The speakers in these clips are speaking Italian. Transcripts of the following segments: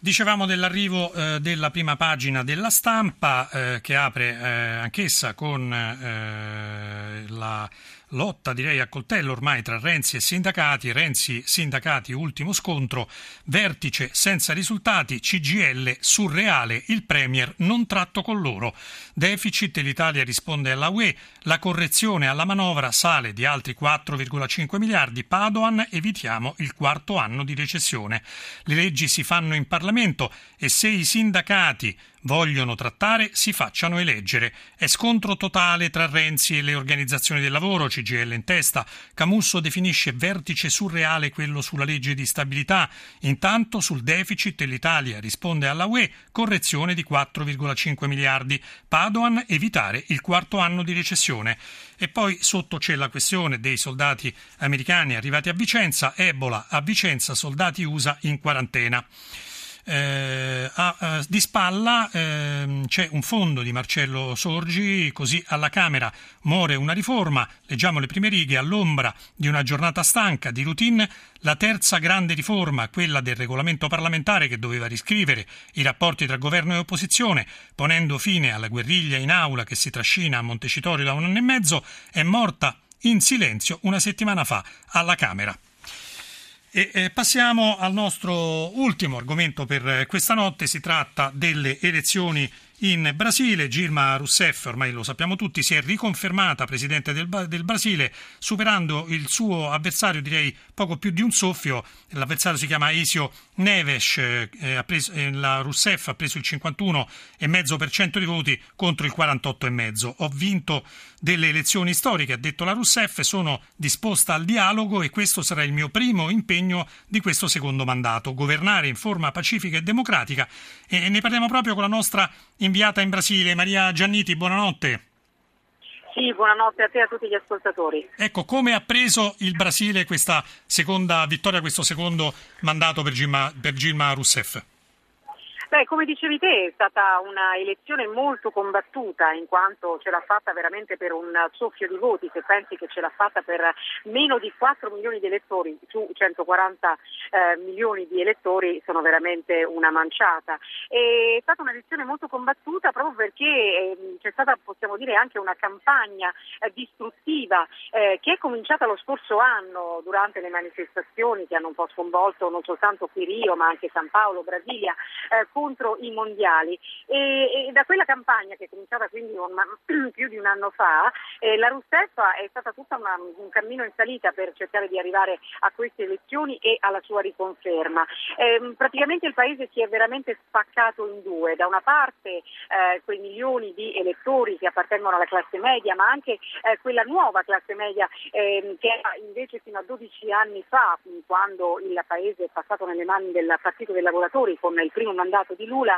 Dicevamo dell'arrivo della prima pagina della Stampa che apre anch'essa con la lotta, direi a coltello ormai, tra Renzi e sindacati. Renzi, sindacati, ultimo scontro, vertice senza risultati, CGIL surreale, il Premier non tratto con loro. Deficit, l'Italia risponde alla UE, la correzione alla manovra sale di altri 4,5 miliardi, Padoan, evitiamo il quarto anno di recessione. Le leggi si fanno in Parlamento e se i sindacati vogliono trattare, si facciano eleggere. È scontro totale tra Renzi e le organizzazioni del lavoro, CGIL in testa. Camusso definisce vertice surreale quello sulla legge di stabilità. Intanto sul deficit l'Italia risponde alla UE, correzione di 4,5 miliardi. Padoan, evitare il quarto anno di recessione. E poi sotto c'è la questione dei soldati americani arrivati a Vicenza, Ebola a Vicenza, soldati USA in quarantena. Di spalla c'è un fondo di Marcello Sorgi, così alla Camera muore una riforma, leggiamo le prime righe, all'ombra di una giornata stanca di routine, la terza grande riforma, quella del regolamento parlamentare che doveva riscrivere i rapporti tra governo e opposizione, ponendo fine alla guerriglia in aula che si trascina a Montecitorio da un anno e mezzo, è morta in silenzio una settimana fa alla Camera. E passiamo al nostro ultimo argomento per questa notte. Si tratta delle elezioni in Brasile. Dilma Rousseff, ormai lo sappiamo tutti, si è riconfermata presidente del Brasile, superando il suo avversario, direi poco più di un soffio. L'avversario si chiama Aécio Neves, la Rousseff ha preso il 51,5% di voti contro il 48,5%. Ho vinto delle elezioni storiche, ha detto la Rousseff, sono disposta al dialogo e questo sarà il mio primo impegno di questo secondo mandato, governare in forma pacifica e democratica. E ne parliamo proprio con la nostra inviata in Brasile, Maria Gianniti. Buonanotte. Sì, buonanotte a te e a tutti gli ascoltatori. Ecco, come ha preso il Brasile questa seconda vittoria, questo secondo mandato per Dilma Rousseff? Come dicevi te, è stata una elezione molto combattuta, in quanto ce l'ha fatta veramente per un soffio di voti. Se pensi che ce l'ha fatta per meno di 4 milioni di elettori su 140 milioni di elettori, sono veramente una manciata. È stata un'elezione molto combattuta proprio perché c'è stata, possiamo dire, anche una campagna distruttiva che è cominciata lo scorso anno durante le manifestazioni che hanno un po' sconvolto non soltanto qui Rio ma anche San Paolo, Brasilia, contro i mondiali e da quella campagna che è cominciata quindi più di un anno fa, la Rousseff è stata tutta un cammino in salita per cercare di arrivare a queste elezioni e alla sua riconferma. Praticamente il paese si è veramente spaccato in due: da una parte quei milioni di elettori che appartengono alla classe media, ma anche quella nuova classe media che era invece fino a 12 anni fa, quando il paese è passato nelle mani del Partito dei Lavoratori con il primo mandato di Lula,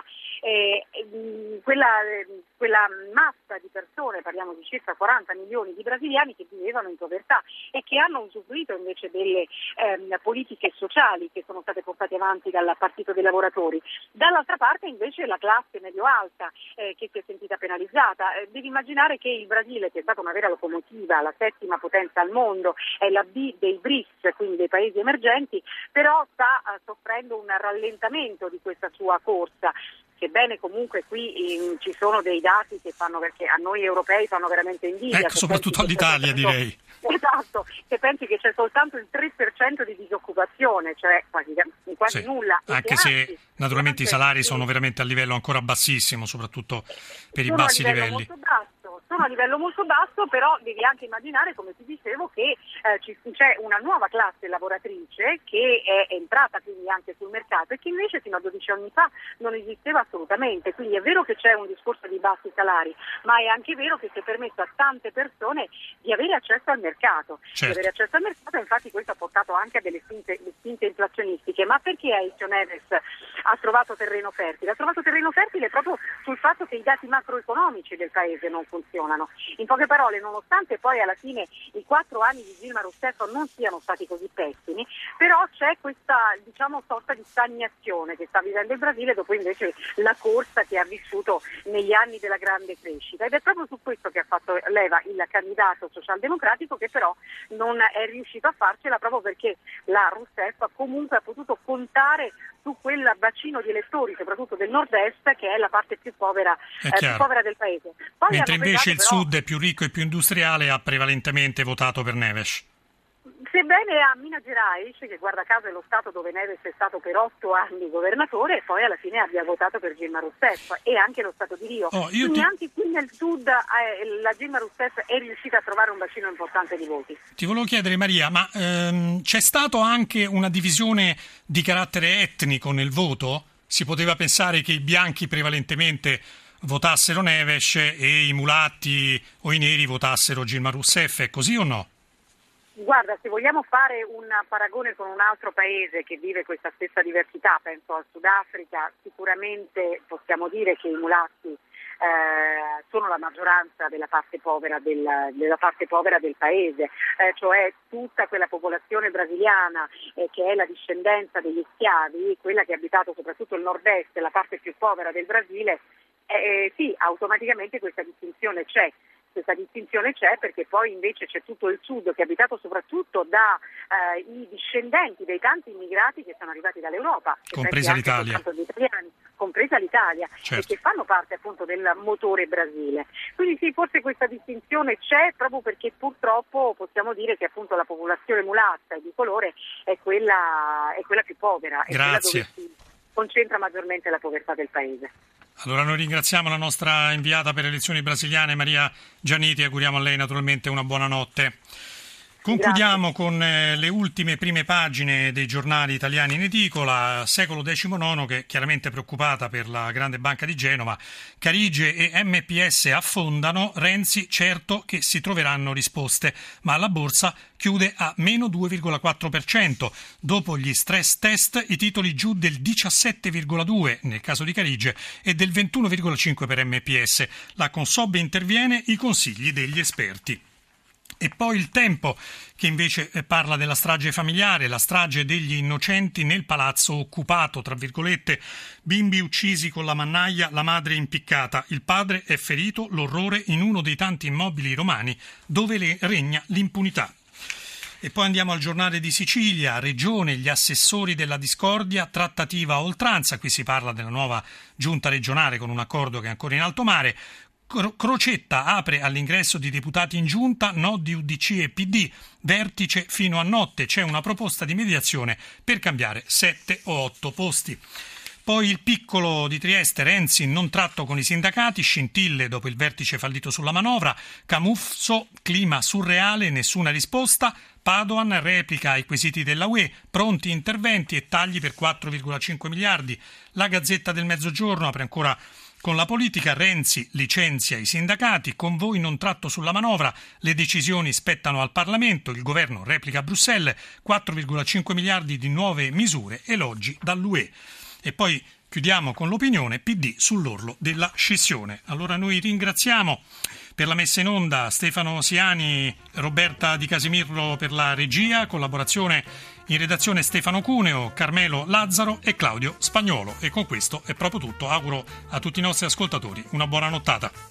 quella massa di persone, parliamo di circa 40 milioni di brasiliani che vivevano in povertà e che hanno usufruito invece delle politiche sociali che sono state portate avanti dal Partito dei Lavoratori. Dall'altra parte invece la classe medio-alta che si è sentita penalizzata. Devi immaginare che il Brasile, che è stata una vera locomotiva, la settima potenza al mondo, è la B dei BRICS, quindi dei paesi emergenti, però sta soffrendo un rallentamento di questa sua corsa. Sebbene comunque qui ci sono dei dati che a noi europei fanno veramente invidia. Ecco, soprattutto all'Italia, direi. Esatto, se pensi che c'è soltanto il 3% di disoccupazione, cioè quasi sì, nulla. Anche se naturalmente i salari sono veramente a livello ancora bassissimo, soprattutto per i bassi livelli. Sono a livello molto basso, però devi anche immaginare, come ti dicevo, che c'è una nuova classe lavoratrice che è entrata quindi anche sul mercato e che invece fino a 12 anni fa non esisteva assolutamente. Quindi è vero che c'è un discorso di bassi salari, ma è anche vero che si è permesso a tante persone di avere accesso al mercato. Certo. Di avere accesso al mercato, infatti questo ha portato anche a delle spinte inflazionistiche. Ma perché Aécio Neves ha trovato terreno fertile? Ha trovato terreno fertile proprio sul fatto che i dati macroeconomici del paese non funzionano. funzionano. In poche parole, nonostante poi alla fine i 4 anni di Dilma Rousseff non siano stati così pessimi, però c'è questa sorta di stagnazione che sta vivendo il Brasile dopo invece la corsa che ha vissuto negli anni della grande crescita, ed è proprio su questo che ha fatto leva il candidato socialdemocratico, che però non è riuscito a farcela proprio perché la Rousseff comunque ha potuto contare su quel bacino di elettori, soprattutto del nord-est, che è la parte più povera del paese. Poi mentre invece il però, sud è più ricco e più industriale, ha prevalentemente votato per Neves. Sebbene a Minas Gerais, che guarda caso è lo stato dove Neves è stato per 8 anni governatore, e poi alla fine abbia votato per Dilma Rousseff, e anche lo stato di Rio. Quindi anche qui nel sud la Dilma Rousseff è riuscita a trovare un bacino importante di voti. Ti volevo chiedere, Maria, ma c'è stato anche una divisione di carattere etnico nel voto? Si poteva pensare che i bianchi prevalentemente votassero Neves e i mulatti o i neri votassero Dilma Rousseff, è così o no? Guarda, se vogliamo fare un paragone con un altro paese che vive questa stessa diversità, penso al Sudafrica, sicuramente possiamo dire che i mulatti sono la maggioranza della parte povera del paese, cioè tutta quella popolazione brasiliana che è la discendenza degli schiavi, quella che ha abitato soprattutto il nord-est, la parte più povera del Brasile, sì, automaticamente questa distinzione c'è. Questa distinzione c'è perché poi invece c'è tutto il sud che è abitato soprattutto dai discendenti dei tanti immigrati che sono arrivati dall'Europa, compresa l'Italia, certo, e che fanno parte appunto del motore Brasile. Quindi sì, forse questa distinzione c'è proprio perché purtroppo possiamo dire che appunto la popolazione mulatta e di colore è quella più povera, è quella dove si concentra maggiormente la povertà del paese. Allora noi ringraziamo la nostra inviata per le elezioni brasiliane, Maria Gianniti, e auguriamo a lei naturalmente una buona notte. Concludiamo con le ultime prime pagine dei giornali italiani in edicola. Secolo XIX, che è chiaramente preoccupata per la grande banca di Genova. Carige e MPS affondano, Renzi certo che si troveranno risposte, ma la borsa chiude a meno 2,4%. Dopo gli stress test i titoli giù del 17,2% nel caso di Carige e del 21,5% per MPS. La Consob interviene, i consigli degli esperti. E poi Il Tempo, che invece parla della strage familiare, la strage degli innocenti nel palazzo occupato, tra virgolette, bimbi uccisi con la mannaia, la madre impiccata, il padre è ferito, l'orrore in uno dei tanti immobili romani dove regna l'impunità. E poi andiamo al Giornale di Sicilia, Regione, gli assessori della discordia, trattativa a oltranza, qui si parla della nuova giunta regionale con un accordo che è ancora in alto mare. Crocetta apre all'ingresso di deputati in giunta, no di UDC e PD, vertice fino a notte, c'è una proposta di mediazione per cambiare 7 o 8 posti. Poi Il Piccolo di Trieste, Renzi non tratto con i sindacati, scintille dopo il vertice fallito sulla manovra, Camusso, clima surreale, nessuna risposta, Padoan replica ai quesiti della UE, pronti interventi e tagli per 4,5 miliardi. La Gazzetta del Mezzogiorno apre ancora con la politica, Renzi licenzia i sindacati, con voi non tratto sulla manovra, le decisioni spettano al Parlamento, il governo replica a Bruxelles, 4,5 miliardi di nuove misure, elogi dall'UE. E poi chiudiamo con l'opinione, PD sull'orlo della scissione. Allora noi ringraziamo per la messa in onda Stefano Siani, Roberta Di Casimirro per la regia, collaborazione in redazione Stefano Cuneo, Carmelo Lazzaro e Claudio Spagnolo. E con questo è proprio tutto. Auguro a tutti i nostri ascoltatori una buona nottata.